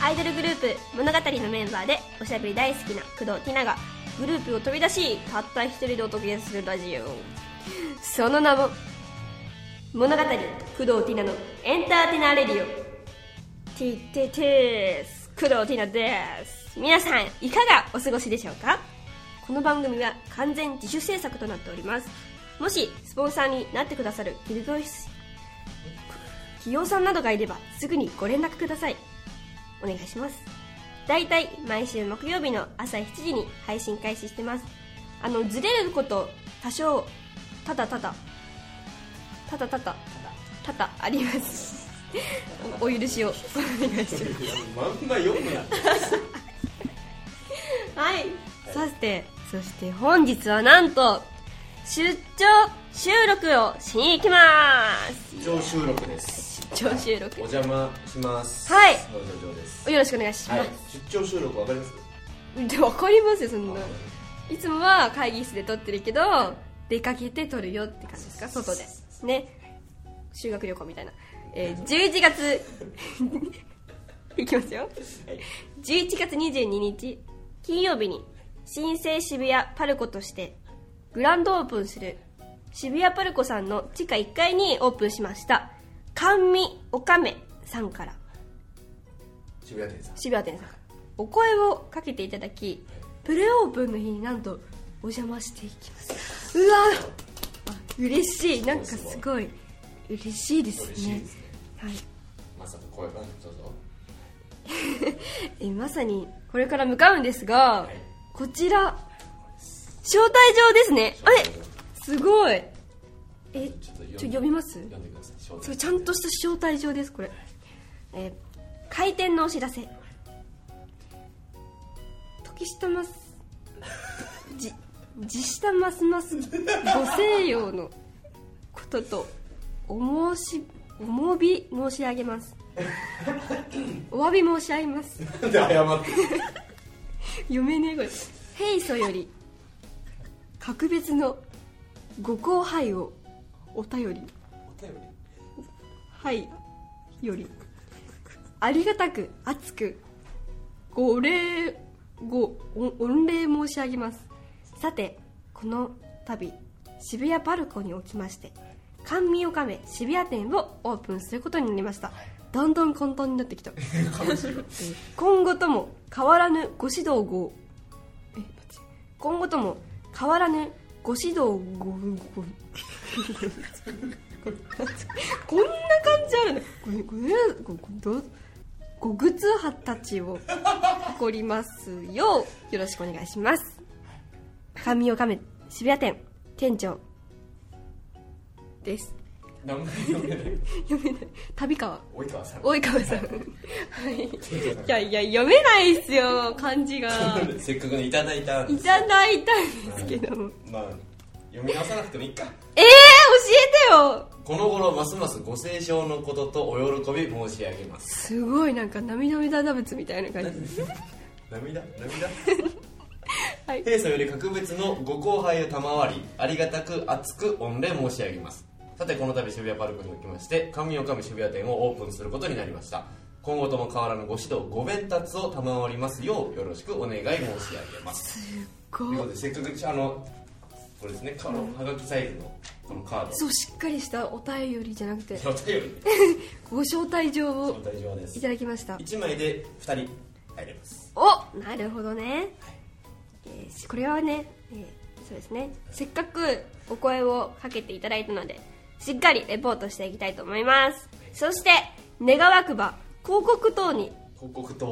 アイドルグループ物語のメンバーでおしゃべり大好きな工藤ティナがグループを飛び出したった一人でお届けするラジオ、その名も物語工藤ティナのエンターテイナーレディオ。ティテテース工藤ティナです。皆さんいかがお過ごしでしょうか。この番組は完全自主制作となっております。もしスポンサーになってくださる企業さんなどがいればすぐにご連絡ください。お願いします。だいたい毎週木曜日の朝7時に配信開始してます。ずれること多少ただありますお許しをお願いしますまんま読むなはい、そして本日はなんと出張収録をしに行きます。 出張収録です。 出張収録お邪魔します。 はい、 農場です。 よろしくお願いします、 はい、出張収録わかります？ わかりますよ、そんな。いつもは会議室で撮ってるけど出かけて撮るよって感じですか、外でね、修学旅行みたいな。11月いきますよ。11月22日金曜日に新生渋谷パルコとしてグランドオープンする渋谷パルコさんの地下1階にオープンしました甘味おかめさんから、 渋谷店さんからお声をかけていただき、プレオープンの日になんとお邪魔していきます。うわ嬉しい、なんかすごい嬉しいですね。はい、 まさか声がどうぞまさにこれから向かうんですが、はい、こちら招待状ですね。あれすごい。読みます？ 読んでください。 そう、ちゃんとした招待状です、これ。開店のお知らせ。時下ます地下ますますご静養のこととお詫び申し上げますお詫び申し上げますなんで謝って読めねえこれ。平素より格別のご後輩をお便りはいよりありがたく厚く御礼申し上げます。さてこの度渋谷パルコにおきまして甘味おかめ渋谷店をオープンすることになりました。だんだん簡単になってきた今後とも変わらぬご指導ご今後とも変わらぬご指導ごこんな感じあるね。ごグツ派たちを誇りますようよろしくお願いします。甘味おかめ渋谷店店長です。 名前読めない旅川及川さんはい、いや読めないっすよ、漢字がせっかくねいただいたんですけど、 まあ読み直さなくてもいいか。 教えてよ。 この頃ますますご清聴のこととお喜び申し上げます。 すごいなんか涙物みたいな感じ涙はい、 平素より格別のご後輩を賜りありがたく厚く御礼申し上げます。さてこの度渋谷パルコにおきまして甘味おかみ渋谷店をオープンすることになりました。今後とも変わらぬご指導ご鞭達を賜りますようよろしくお願い申し上げます。 すごい。 ということでせっかくこれですね、はがきサイズのこのカード、 そうしっかりしたお便りじゃなくてお便りご招待状をですいただきました。 1枚で2人入れます。 お、なるほどね、これはね、そうですね、せっかくお声をかけていただいたのでしっかりレポートしていきたいと思います。そして願わくば広告塔ってわ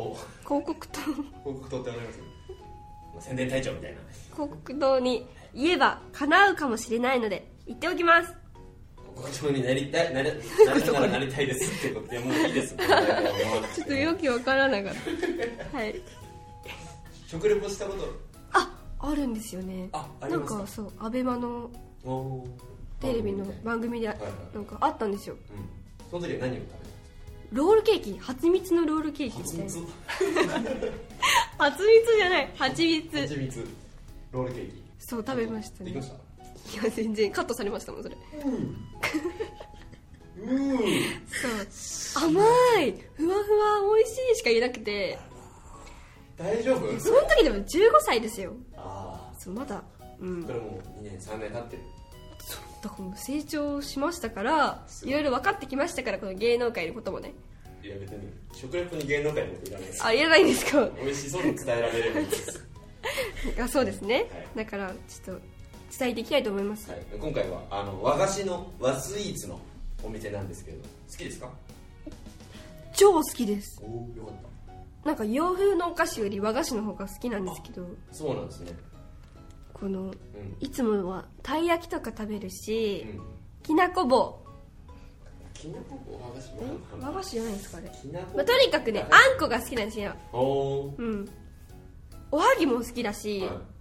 かります？宣伝隊長みたいな広告塔に言えば叶うかもしれないので言っておきます。広告塔になりたいですってことでもういいですちょっとよくわからなかったはい食レポしたことあるんですよね。なんかそうアベマのテレビの番組でなんかあったんですよ。 その時は何を食べた？ ロールケーキ、蜂蜜のロールケーキみたいな。蜂蜜じゃない、蜂蜜ロールケーキ。 そう食べましたね。 できました？ いや全然カットされましたもんそれ。 そう甘いふわふわ美味しいしか言えなくて。 大丈夫？ その時でも15歳ですよ。 あそうまだ、 これもう2年3年経ってる。 そうだからもう成長しましたから、いろいろ分かってきましたから、この芸能界のこともね。 いや別に食レポに芸能界のこといらないです。 あ、いらないんですか？ 美味しそうに伝えられればいいですあ、そうですね、 はい、 だからちょっと伝えていきたいと思います、 はい、今回は和菓子の和スイーツのお店なんですけど、好きですか？ 超好きです。 おお、よかった。 なんか洋風のお菓子より和菓子の方が好きなんですけど、 そうなんですね。 この、いつもはたい焼きとか食べるし、きなこ棒。 きなこ棒和菓子？ 和菓子じゃないですかあれ。 まあ、 とにかくね、あんこが好きなんですよ。 おはぎも好きだし、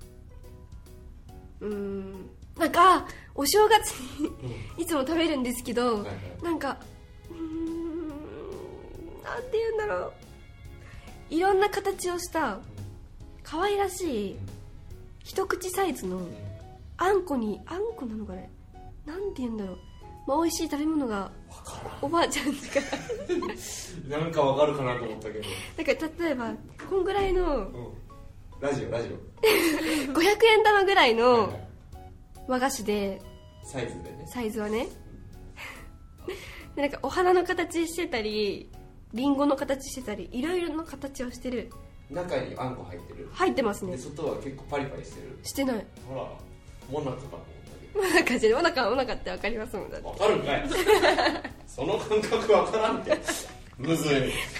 なんかお正月にいつも食べるんですけど、なんかなんて言うんだろう、いろんな形をした可愛らしい一口サイズのあんこなのかね、なんて言うんだろう、まあ、美味しい食べ物がおばあちゃんがなんかわかるかなと思ったけど、 なんか例えばこんぐらいの、 ラジオ 500円玉ぐらいの和菓子で、 サイズでね、 サイズはねでなんかお花の形してたりリンゴの形してたり、いろいろな形をしてる。 中にあんこ入ってる？ 入ってますね。 で外は結構パリパリしてる？ してない。 ほら、もなかかと思ったけど。 もなかじゃない、もなかって分かりますもん。だって分かるんかいその感覚分からんってむずい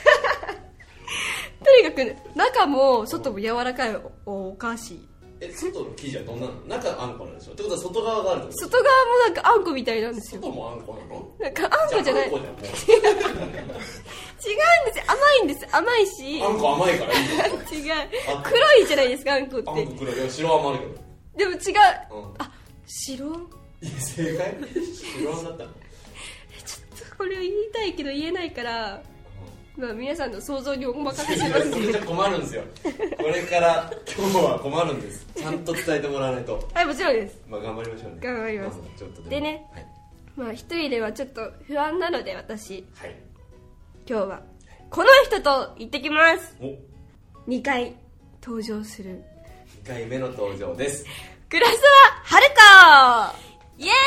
とにかく中も外も柔らかいお菓子。 外の生地はどんなの？中あんこなんでしょ？ってことは外側があるってこと？ 外側もなんかあんこみたいなんですよ。 外もあんこなの？ なんかあんこじゃない。 あんこじゃんもう違うんですよ、甘いんです。甘いし、 あんこ甘いからいいの？ 違う、黒いじゃないですか、あんこって。 あんこ黒い。いや白あんもあるけど。 でも違う、あ、白？ いや正解？白あんだったの？ ちょっとこれを言いたいけど言えないから、まあ、皆さんの想像にお任せしますそれじゃ困るんですよ。これから今日は困るんです。ちゃんと伝えてもらわないと。 はい、もちろんです。 まあ頑張りましょうね。 頑張ります。 ちょっとでね、 はい、 まあ一人ではちょっと不安なので、私、 はい、 今日はこの人と行ってきます。2回登場する 2回目の登場です。 黒沢春子、イエーイ、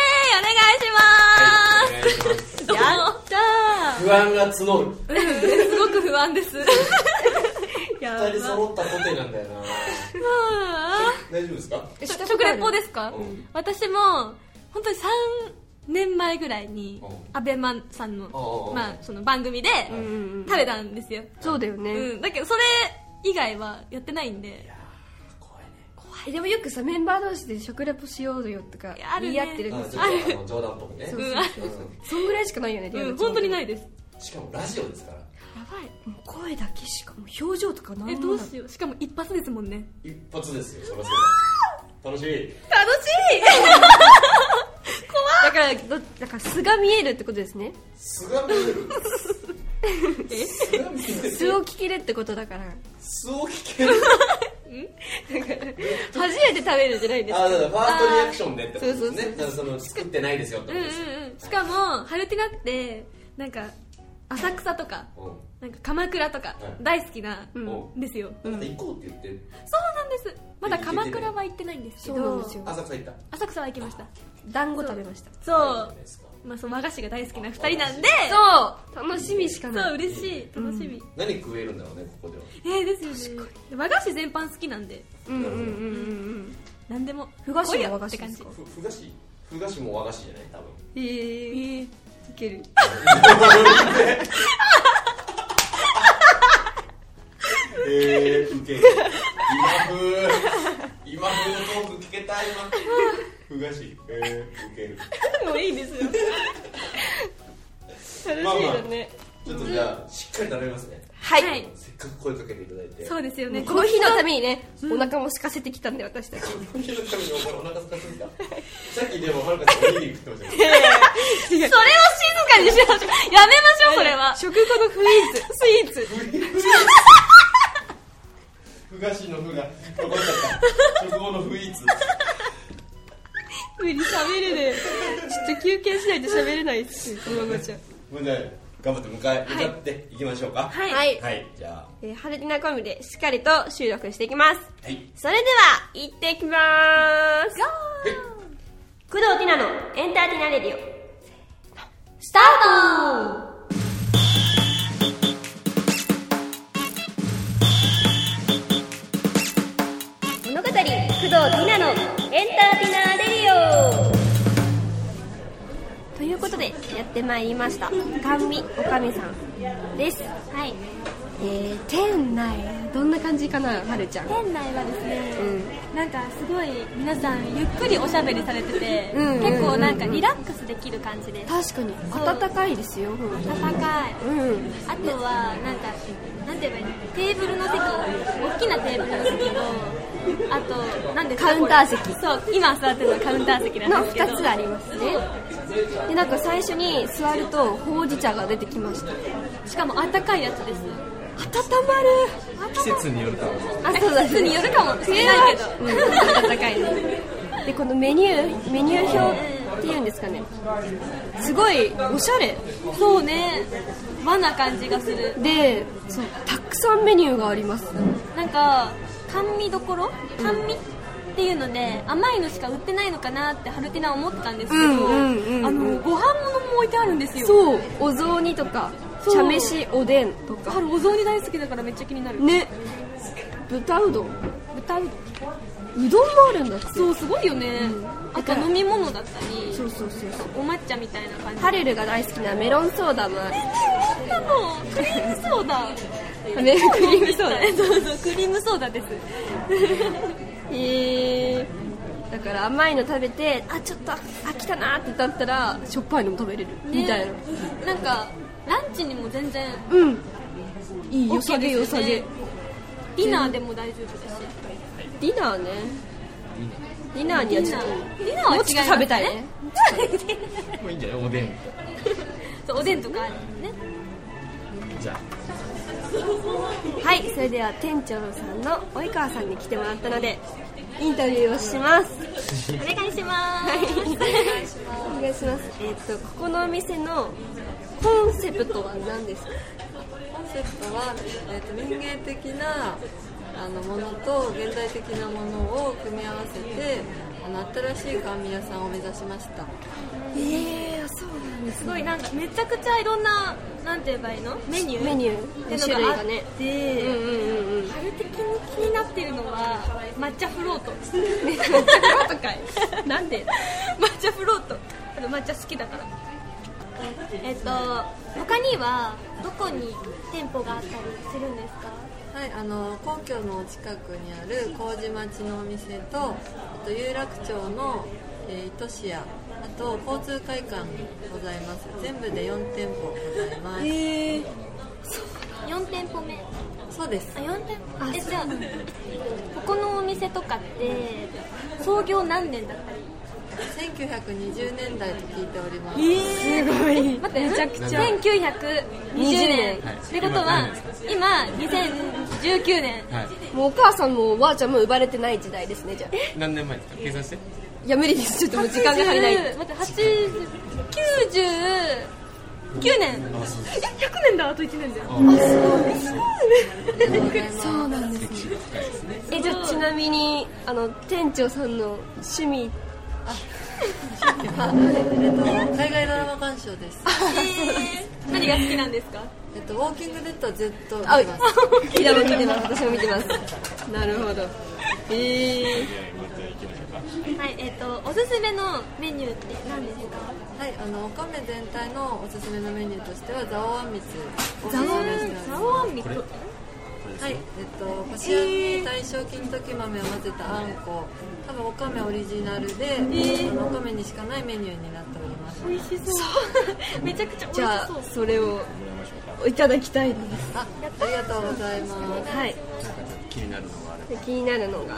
お願いします。 はい、お願いします。 やったー。 不安が募る。 すごく不安です 2人揃ったコテなんだよな大丈夫ですか？ 食レポですか？私も本当に3年前ぐらいにアベマさんの、まあ、その番組で食べたんですよ。 そうだよね、 だけどそれ以外はやってないんで。 いや怖いね。 怖い。でもよくさ、メンバー同士で食レポしようよとか言い合ってるんですよ。 冗談っぽくね。 そうそんぐらいしかないよね。 本当にないです。 しかもラジオですから。 やばい。 もう声だけしか、もう表情とか何もない。 どうしよう。しかも一発ですもんね。 一発ですよ。そりゃそうだ。楽しいだから素が見えるってことですね。 素が見える素を聞けるってことだから。 素を聞ける初めて食べるじゃないですか。 だからファーストリアクションでってことですね。 そうその作ってないですよってことです。 しかもハルティナってなんか浅草とかなんか鎌倉とか大好きなんですよ。 まだ行こうって言ってる。 そうなんです。まだ鎌倉は行ってないんですけど、 浅草行った。 浅草は行きました。 団子食べました。 そう、まあ、そう和菓子が大好きな2人なんで、 そう楽しみしかない。 そう嬉しい、楽しみ。 何食えるんだろうね、ここでは。ですよね。和菓子全般好きなんで、何でも。 ふ菓子も和菓子ですか？ ふ菓子も和菓子じゃない多分。 いける。 ウケる。今風のトーク聞けた今。ふ菓子。ウケる。 もういいですよ。楽しいよね。 ちょっとじゃあしっかり食べますね。 はい。 せっかく声かけていただいて。 そうですよね。 この日のためにね、お腹も空かせてきたんで私たち。 この日のためにお腹空かせてきた。さっきでもはるかちゃんおにぎり食ってましたよ。 それを静かにしましょう。やめましょうそれは。 食後のスイーツ。 ふ菓子のふが残っちゃった。食後のフイーツ。 無理喋れる。ちょっと休憩しないと喋れないっす。このままじゃ。 もうね、頑張って向かっていきましょうか。 はい。 はい、じゃあ。 ハルティナコムでしっかりと収録していきます。 はい。 それでは、行ってきまーす。工藤ティナのエンターテイナーレディオ。スタート。物語工藤ティナのエンターテイナーレディオということでやってまいりました甘味おかみさんです。はい。店内どんな感じかな、はるちゃん。 店内はですね、なんかすごい皆さんゆっくりおしゃべりされてて、結構なんかリラックスできる感じです。 確かに暖かいですよ。 暖かい。あとはなんかなんて言えばいいの、テーブルの席、大きなテーブルの席の、あとなんですか、 カウンター席。 そう、今座ってるのはカウンター席なんですけど、 2つありますね。でなんか最初に座るとほうじ茶が出てきました。 しかもあったかいやつです。 温まる。 季節によるかも。 あ、そうだ、 季節によるかもしれないけど、 暖かいね。でこのメニュー表っていうんですかね、すごいおしゃれ。 そうね、和な感じがする。 でそう、たくさんメニューがあります。 なんか甘味どころ、甘味っていうので甘いのしか売ってないのかなってハルティナ思ってたんですけど、ご飯物も置いてあるんですよ。 そう、お雑煮とか茶飯おでんとか。 お雑煮大好きだからめっちゃ気になるね。豚うどんうどんもあるんだって。 そう、すごいよね。あと飲み物だったり、 そうお抹茶みたいな感じ。 ハレルが大好きなメロンソーダもある。 なんなの、クリームソーダ。 クリームソーダ。 そうそう、クリームソーダです。 だから甘いの食べて、あ、ちょっと飽きたなってなったらしょっぱいのも食べれる、みたいな。 なんかランチにも全然いい、良さげ良さげ。 ディナーでも大丈夫だし。 ディナーね。ディナーにはちょっとディナーは違いますね。 もうちょっと食べたいね。 もういいんじゃない、おでん。 そう、おでんとかあるね。 じゃあはい、それでは店長さんの及川さんに来てもらったのでインタビューをします。 お願いします。 お願いします。ここのお店のコンセプトは何ですか？ コンセプトは、民芸的なものと現代的なものを組み合わせて新しい甘味屋さんを目指しました。 そうなんです。 すごい、なんかめちゃくちゃいろんな、なんて言えばいいの、メニュー種類がね。 春的に気になってるのは抹茶フロート。 抹茶フロートかい。なんで？ 抹茶フロート、抹茶好きだから。他にはどこに店舗があったりするんですか？ はい、皇居の近くにある麹町のお店と、あと有楽町の糸市屋、あと交通会館ございます。全部で4店舗ございます。 4店舗目。 そうです。 4店舗。じゃあここのお店とかって創業何年だったり ？1920年代と聞いております。 すごい。 待って、めちゃくちゃ1920年ってことは今2019年、 もうお母さんもおばあちゃんも生まれてない時代ですね。じゃあ何年前ですか、計算して。 いや無理です、ちょっともう時間が足りない。 待って、99年。100年だ、あと1年だよ。 そうなんですね。じゃあちなみに店長さんの趣味。 海外ドラマ鑑賞です。 何が好きなんですか？ ウォーキングデッドはずっと見てます。 見てます。私も見てます。なるほど。 はい、おすすめのメニューって何ですか？ はい、おかめ全体のおすすめのメニューとしては蔵王あんみつ。 蔵王あんみつ。 はい、こしあんに大正金時豆を混ぜたあんこ、多分おかめオリジナルで、おかめにしかないメニューになっております。 美味しそう。めちゃくちゃ美味しそう。 じゃあそれをいただきたいです。 ありがとうございます。 はい。 気になるのがある。 気になるのた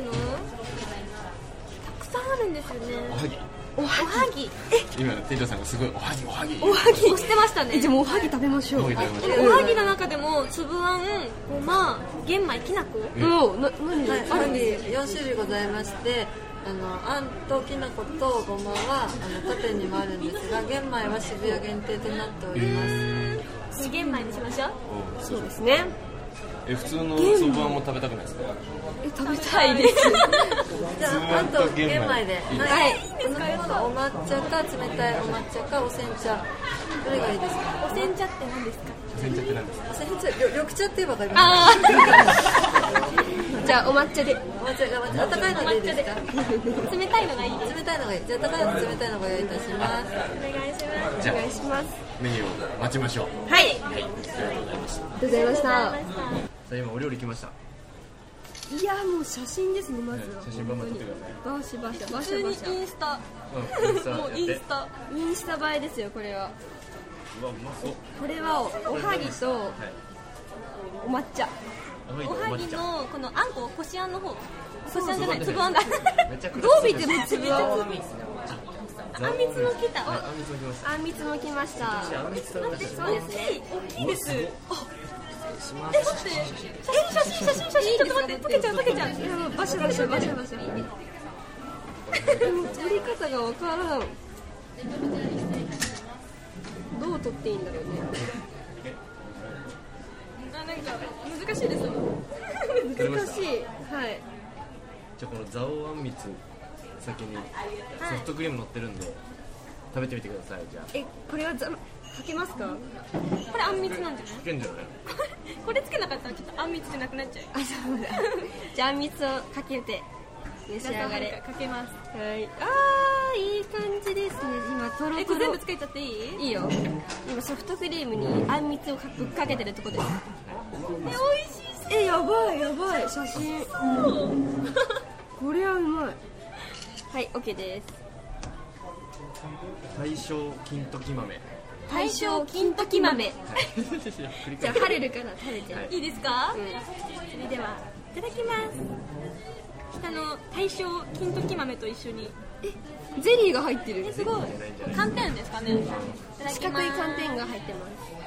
くさんあるんですよね。おはぎ。 今店長さんがすごいおはぎ押してましたね。 じゃあもうおはぎ食べましょう。 おはぎの中でも粒あん、ごま、玄米、きなこ。 何あるんです。4種類ございまして、 あんときな粉とごまは他店にもあるんですが、玄米は渋谷限定となっております。 玄米にしましょう。 そうですね。 普通のそばも食べたくないですか？ 食べたいです。 じゃああんと玄米で、はい、 いいですか？ お抹茶か冷たいお抹茶かお煎茶、どれがいいですか？ お煎茶って何ですか？ お煎茶って何ですか？ お煎茶、緑茶って言えば分かります。 じゃあお抹茶で。 お抹茶が温かいのでいいですか？ 冷たいのがいいです。 冷たいのがいい。じゃあ温かいのと冷たいのご用意いたします。 お願いします。 じゃあお願いします。 メニューを待ちましょう。 はい。 ありがとうございました。 ありがとうございました。 さあ今お料理来ました。 いやもう写真ですね、まずは。 写真バンバン撮ってくだバシバシバ普通にシバシ。 インスタ。 インスタもうインスタ。 インスタ映えですよ、これは。 うわうまそう。 これはおはぎとはい。 お抹茶。 おはぎのこのあんこ、こしあんの方。こしあんじゃない、 そうつぶあんだ。 めちゃくちゃどう見ても粒あん。 あんみつも来た。 あんみつも来ました。 あんみつも来ました。 あんみつ食べました。 そうですね。 大きいです。 しま待って。写真、ちょっと待って、溶けちゃう。 いやもうバシャバシャバシャバシャ。もう撮り方がわからん。どう撮っていいんだろうね。 なんか難しいです。 難しい。はい。 じゃあこの蔵王あんみつ先にソフトクリーム乗ってるんで食べてみてください。じゃあこれはかけますか？ これあんみつなんじゃない？ かけんじゃない？ これつけなかったらちょっとあんみつじゃなくなっちゃう。 あ、そうだ。じゃああんみつをかけて召し上がれ。 かけます。 はい。あー、いい感じですね。今とろとろ。 これ全部つけちゃっていい？ いいよ。今ソフトクリームにあんみつをぶっかけてるとこです。 美味しそう。 やばいやばい、写真。これはうまい。はい、OK です。 大正金時豆。 大正金時豆。 はい。 じゃあハルルから食べて。 はいいいですか？ うん。 それではいただきます。下の大正金時豆と一緒に。 ゼリーが入ってる。 すごい。寒天ですかね。いただ四きます。 角い寒天が入ってます。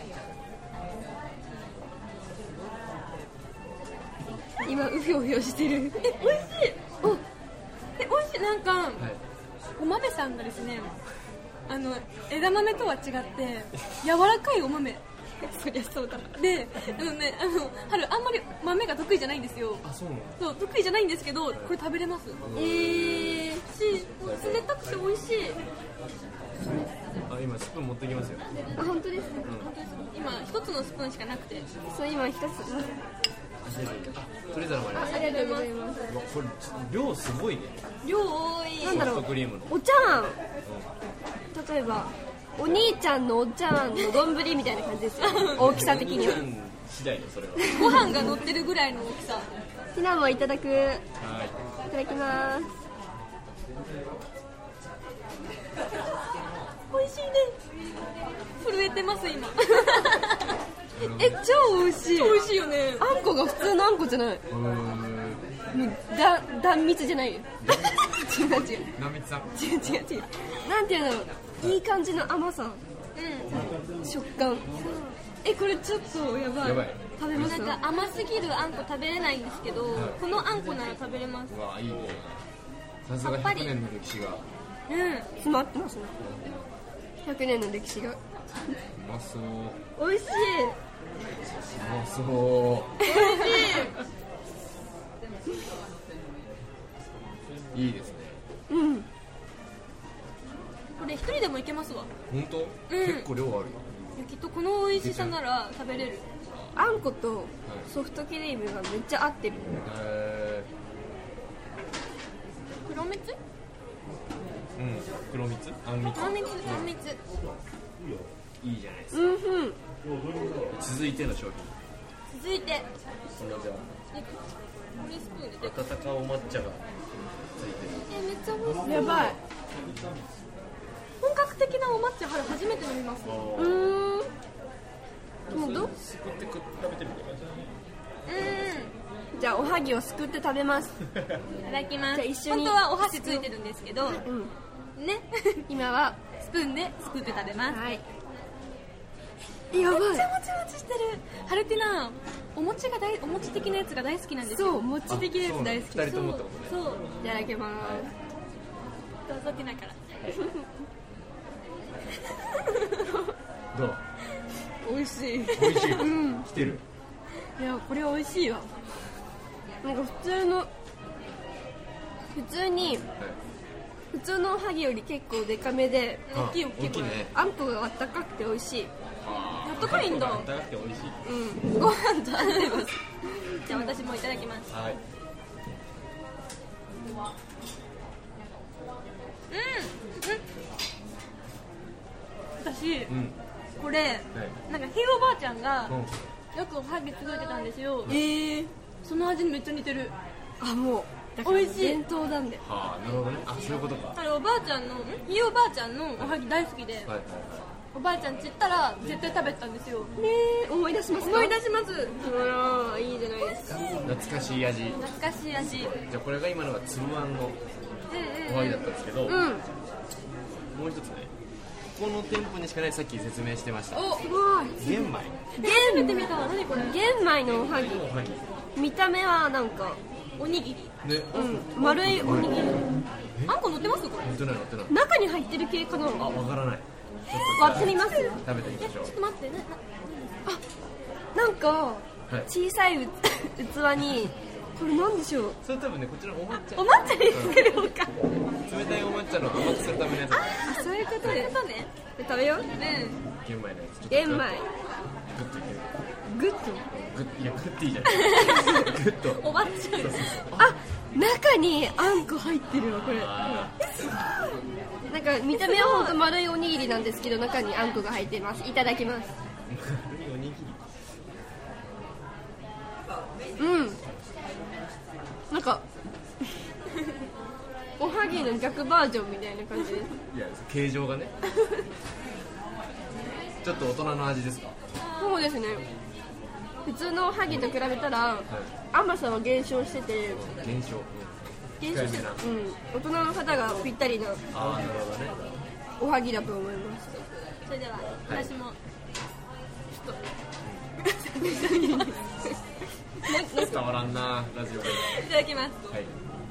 今うひょうひょしてる。 美味しい。美味しい。なんか、 はい。 お豆さんがですね、枝豆とは違って柔らかいお豆そりゃそうだ。 で、春あんまり豆が得意じゃないんですよ。 あ、そうなの？ そう、得意じゃないんですけど、これ食べれます。し、冷たくて美味しい。 あ、今スプーン持ってきますよ。 あ、本当ですか？ 今一つのスプーンしかなくて。 そう、今一つ。 それぞれもあります。 ありがとうございます。 これ量すごいね。 量多い。 なんだろうソフトクリームの。 お茶碗。例えばお兄ちゃんのお茶碗の丼みたいな感じですよ。大きさ的には。 次第よそれは。 ご飯が乗ってるぐらいの大きさ。 ティナもいただく。いはい。 ただきます。 美味しいね。震えてます今。 超美味しい。 美味しいよね。 あんこが普通のあんこじゃない。もう断蜜じゃないよ。違う。 なみつさん。 違う。なんていうんだろう。いい感じの甘さ。食感。これちょっとやばい。 やばい。 食べますなんか甘すぎるあんこ食べれないんですけど、このあんこなら食べれます。 うわ、いいね。さすが100年の歴史が。 詰まってますね。100年の歴史が。 うまそう。 美味しい。 うまそう。いいですね。 これ一人でもいけますわ。 本当？結構量あるよ。 きっとこの美味しさなら食べれる。 あんことソフトクリームがめっちゃ合ってる。 黒蜜？ 黒蜜？あんみつ？ あんみつ。 いいじゃないですか。続いての商品。 続いて。 これじゃスプーンであ、温かお抹茶がついてる。 めっちゃ美味しい。 やばい。 本格的なお抹茶初めて飲みます。 もうすくって食べてみてください。 じゃあおはぎをすくって食べます。 いただきます。 じゃあ一緒に本当はお箸ついてるんですけど、ね、 今はスプーンですくって食べます。 はい。やばい。 めっちゃもちもちしてる。ハルティナお餅的なやつが大好きなんですよ。 そう、餅的なやつ大好き。 2人ともってことね。 そう。 いただきます。 ぞティナから。 どう？ 美味しい。 美味しい。来てる。 いやこれ美味しいわ。 なんか普通のおはぎより結構デカめで大きい大きいね。 あんこがあったかくて美味しい。 ああったかいんだ。 あったかくて美味しい。 ご飯と合います。 じゃあ私もいただきます。 はい。 私、 うん。 これなんかひいおばあちゃんがうん。 よくおはぎ作ってたんですよ。 えその味にめっちゃ似てる。 あ、もう美味しい。 伝統なんで。 はあ、なるほどね。あ、そういうことか。 あれおばあちゃんのひいおばあちゃんのおはぎ大好きで、 はいはいはい。 おばあちゃんち行ったら絶対食べてたんですよ。 思い出しますか？ 思い出します。 あら、いいじゃないですか。 懐かしい味。 懐かしい味。 じゃあこれが今のがつぶあんのおはぎだったんですけど、もう一つね。ここの店舗にしかないさっき説明してました。 お、 すごい。 玄米。 初めて見た。何これ？ 玄米のおはぎ。 おはぎ。 見た目はなんか、 おにぎり。 ね。 丸いおにぎり。 あんこ乗ってますこれ？ 乗ってない乗ってない。 中に入ってる系かな。 あ、わからない。 割ってみます。 食べてみましょう。 ちょっと待ってね。 なんかはい小さい器にこれなんでしょう。 それ多分ね、こちらのお抹茶。 お抹茶に作るのか。 冷たいお抹茶の甘くするためのやつ。 あ、そういうことそういうでことね。 食べよう。 玄米のやつ。 玄米。 グッといける。 グッと。 グッ、いや、グッていいじゃない。グッと。 おばっちゃん。 あ、中にあんこ入ってるわこれ。 あなんか見た目はほんと丸いおにぎりなんですけど中にあんこが入っています。いただきます。 ー、おにぎり。 なんかおはぎの逆バージョンみたいな感じです。 いや、形状がね。ちょっと大人の味ですか？ そうですね。普通のおはぎと比べたら甘さは減少してて、 減少。 減少してる。大人の方がぴったりなああ、なるほどね。 おはぎだと思います。 それでは私も伝わらんな、ラジオで。 いただきます。 はい。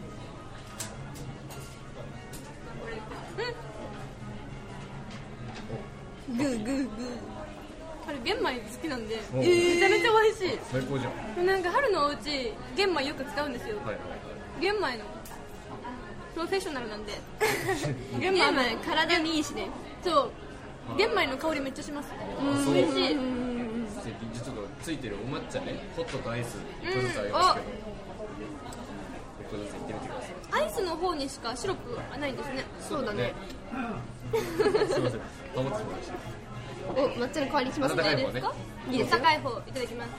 グーグーグこれ玄米好きなんでおめちゃめちゃ美味しい。 最高じゃん。 なんか春のおうち玄米よく使うんですよ。 はい。 玄米のプロフェッショナルなんでー。 玄米玄米体にいいしね。 そう玄米の香りめっちゃします。 あ、そう。 美味しい。 ちょっとついてるお抹茶ね、ホットとアイス一個ずつありますけど、一個ずついってみてください。 アイスの方にしかシロップはないんですね。 そうだね。 すいません、保ってしまいました。 お、抹茶の香りしますね。 温かい方ね。 いいですよ。 高い方いただきます。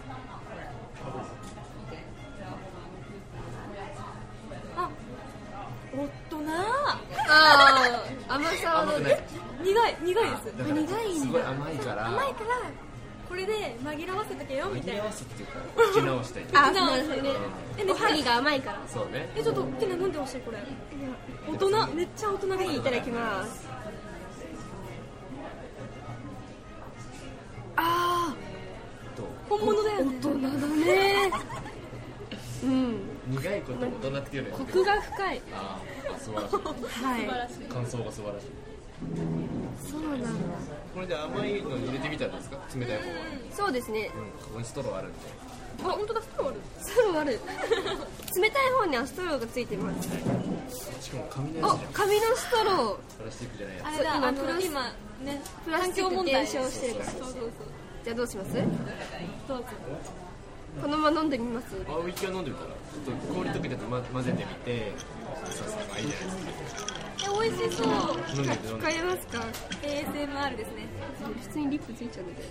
あ、大人。 ああ、甘さは甘くない。 苦い苦いです。 だから苦いんだすごい甘いから。 甘いからこれで紛らわせとけよみたいな紛らわ。せっていうか、口直したい。 あ、 ななるほどね。おはぎが甘いから。 そうね。 ちょっと手で飲んでほしいこれ。大人めっちゃ大人がいい。 いただきます。あどう？ 本物だよあ、大ね。 人だね。 苦いこと大人っていうのやコめてクが深い。 ああ、素晴らしい。 はい。 感想が素晴らしい。 そうなんだ。 これで甘いのに入れてみたんですか？冷たい方は。 そうですね。 ここにストローあるんで。 あ、本当だ、ストローある。 ストローある。冷たい方にはストローがついてます。 しかも紙のやおつじゃん。、 紙のストロー。 プラスチックじゃないやあれだ、 今プラス今ね、 プラスチック減少してるから。 そうそうそう。 じゃあどうします？ どうぞ。 このまま飲んでみます？ つ。あ、ウィキは飲んでみたら。ちょっと氷溶けてて混ぜてみて。そうそう、あ、いいじゃないですか。 美味しそう。 飲んでみて飲んでみて。 買えますか？ ASMR ですね。 普通にリップついちゃうので。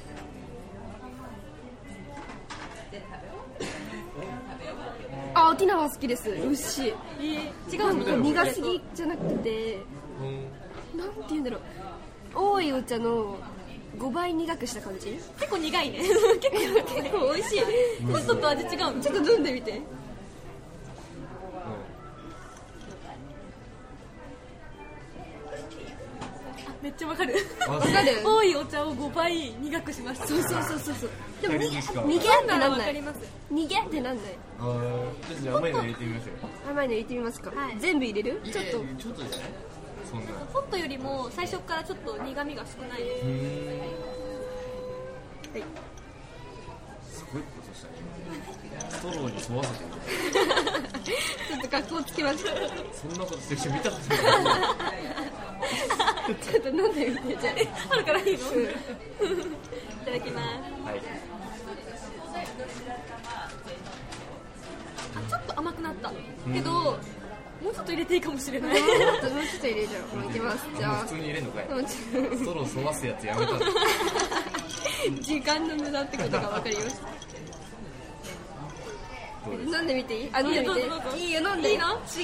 あ、ティナは好きです。美味しい。 違うの？ 苦すぎじゃなくて、なんて言うんだろう。多いお茶の5倍苦くした感じ。 結構苦いね。 結構美味しい。 ホットと味違うの？ ちょっと飲んでみて。 めっちゃわかる。 わわかる？ 多いお茶を5倍苦くしました。 そうそうそうそうそう。でも二人にしか逃げってなんわない。 かります。 逃げってなんない。 ちょっとじゃあ甘いの入れてみましょう。 甘いの入れてみますか。 はい全部入れる？ちょっと。 ちょっとじゃない？ そんなホットよりも最初からちょっと苦味が少ないです。はい、 すごいことしたね。ストローに沿わせてるちょっと格好つけました。 そんなことしてる人見たことないちょっと飲んでみて。じゃあるからいいの？いただきます。 はい。 ちょっと甘くなったけど、もうちょっと入れていいかもしれない。 もうちょっと入れちゃう。もういきます。じゃあ普通に入れんのかい。ストロー沿わすやつやめたの。 時間の無駄ってことが分かりました。飲んでみていい？あ、飲んでみて。いいよ、飲んで。 いいの？ 違いのさ。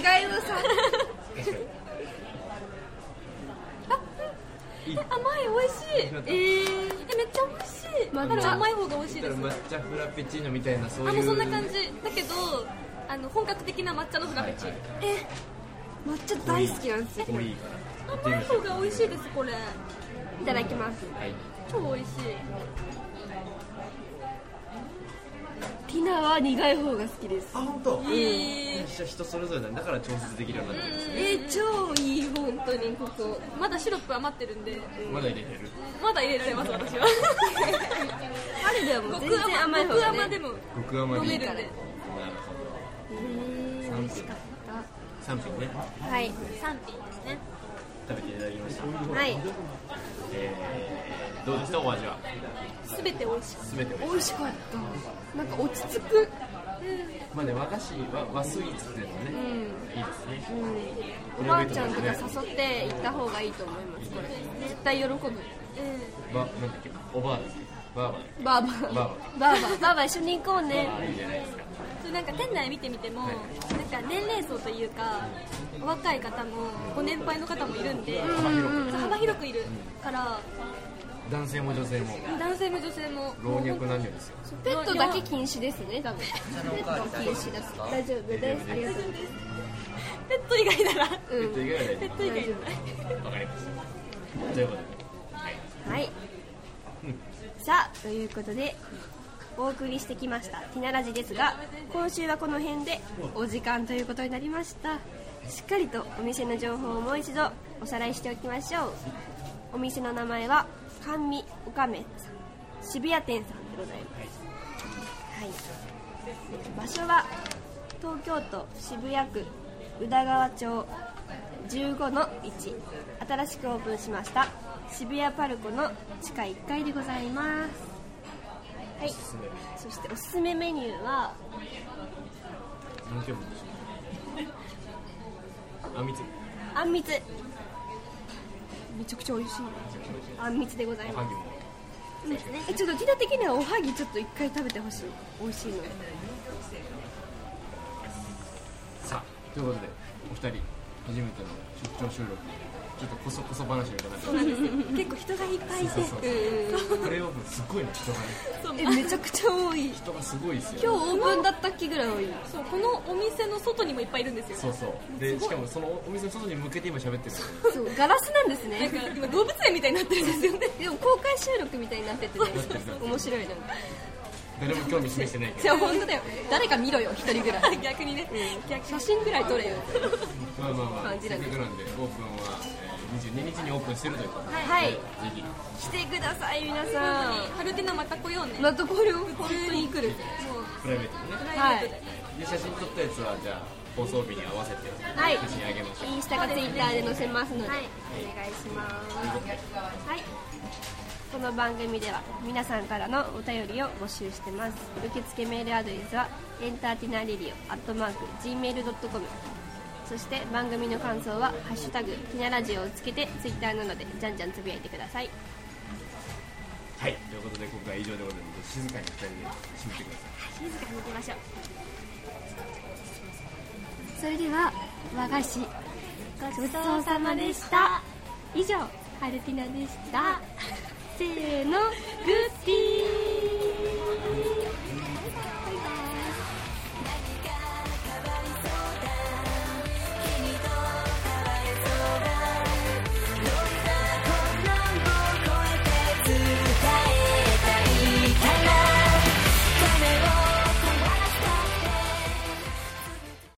甘い、美味しい。めっちゃ美味しい。まだ甘い方が美味しいです。 抹茶フラペチーノみたいなそういう。 もうそんな感じだけど、本格的な抹茶のフラペチ。 抹茶大好きなんですよ。 いいから。 甘い方が美味しいですこれ。 いただきます。 はい。 超美味しい。 ティナは苦い方が好きです。 あ、本当。人それぞれだから調節できるようになってるんですね。 超いい、本当にここ。 まだシロップ余ってるんで。 まだ入れてる。 まだ入れられます私は。 あれでも全然甘い方がね。 極甘でも極甘飲めるんで。 なるほど。 美味しかった。 3品ね。 はい。 3品ですね。 食べていただきました。 はい。 どうでしたお味は？ すべて美味しかった。 美味しかった。なんか落ち着く。 まあね、和菓子、和スイーツっていうのね、いいですね。 おばあちゃんとか誘って行った方がいいと思います。これ絶対喜ぶ。 なんだっけ、おばあですね。 バーバ一緒に行こうね。 いいじゃないですか。 なんか店内見てみても、なんか年齢層というかお若い方もご年配の方もいるんで、幅広くいるから男性も女性も老若男女ですよ。 ペットだけ禁止ですね、多分。ペット禁止です。大丈夫です。ありがとうございます。 ペット以外なら。 ペット以外は大丈夫。 ペット以外なら。わかりました。ということで。 はい。さあ、ということでお送りしてきましたティナラジですが、今週はこの辺でお時間ということになりました。しっかりとお店の情報をもう一度おさらいしておきましょう。お店の名前は甘味おかめさん、渋谷店さんでございます。はい、場所は東京都渋谷区宇田川町 15-1、新しくオープンしました渋谷パルコの地下1階でございます。はい、そしておすすめメニューは何て読むんでしょう。あんみつ。 あんみつ、めちゃくちゃ美味しいあんみつでございます。そうですね。ちょっとティナ的にはおはぎちょっと一回食べてほしい。美味しいので。 さあ、ということでお二人初めての出張収録、ちょっとこそこそ話みたいな。 そうなんですよ。結構人がいっぱいいて、 プレイオープンすごいの人がね。 めちゃくちゃ多い。 人がすごいですよ。 今日オープンだったっけぐらい多い。 そう、このお店の外にもいっぱいいるんですよ。 そうそう。でしかもそのお店の外に向けて今喋ってる。 そう、ガラスなんですね。 なんか今動物園みたいになってるんですよね。 でも公開収録みたいになっててね、面白いな。 誰も興味示してないけど。 いや本当だよ。誰か見ろよ一人ぐらい。 逆にね。 写真ぐらい撮れよ。 まあせっかくなんでオープンは22日にオープンしてるということで、 はい。 ぜひ来てください皆さん。 ハルテナまた来ようね。 またこれを本当に来る。 プライベートでね。 はい。 で写真撮ったやつはじゃあ放送日に合わせてはい写真あげましょう。 インスタかツイッターで載せますので、お願いします。はい。この番組では皆さんからのお便りを募集してます。受付メールアドレスはentertaineradio@gmail.com。そして番組の感想はハッシュタグティナラジオをつけてツイッターなどでじゃんじゃんつぶやいてください。 はい、ということで今回は以上でございます。静かに2人で締めてください。 静かに行きましょう。 それでは和菓子ごちそうさまでした。以上ハルティナでした。せーの、グッディー。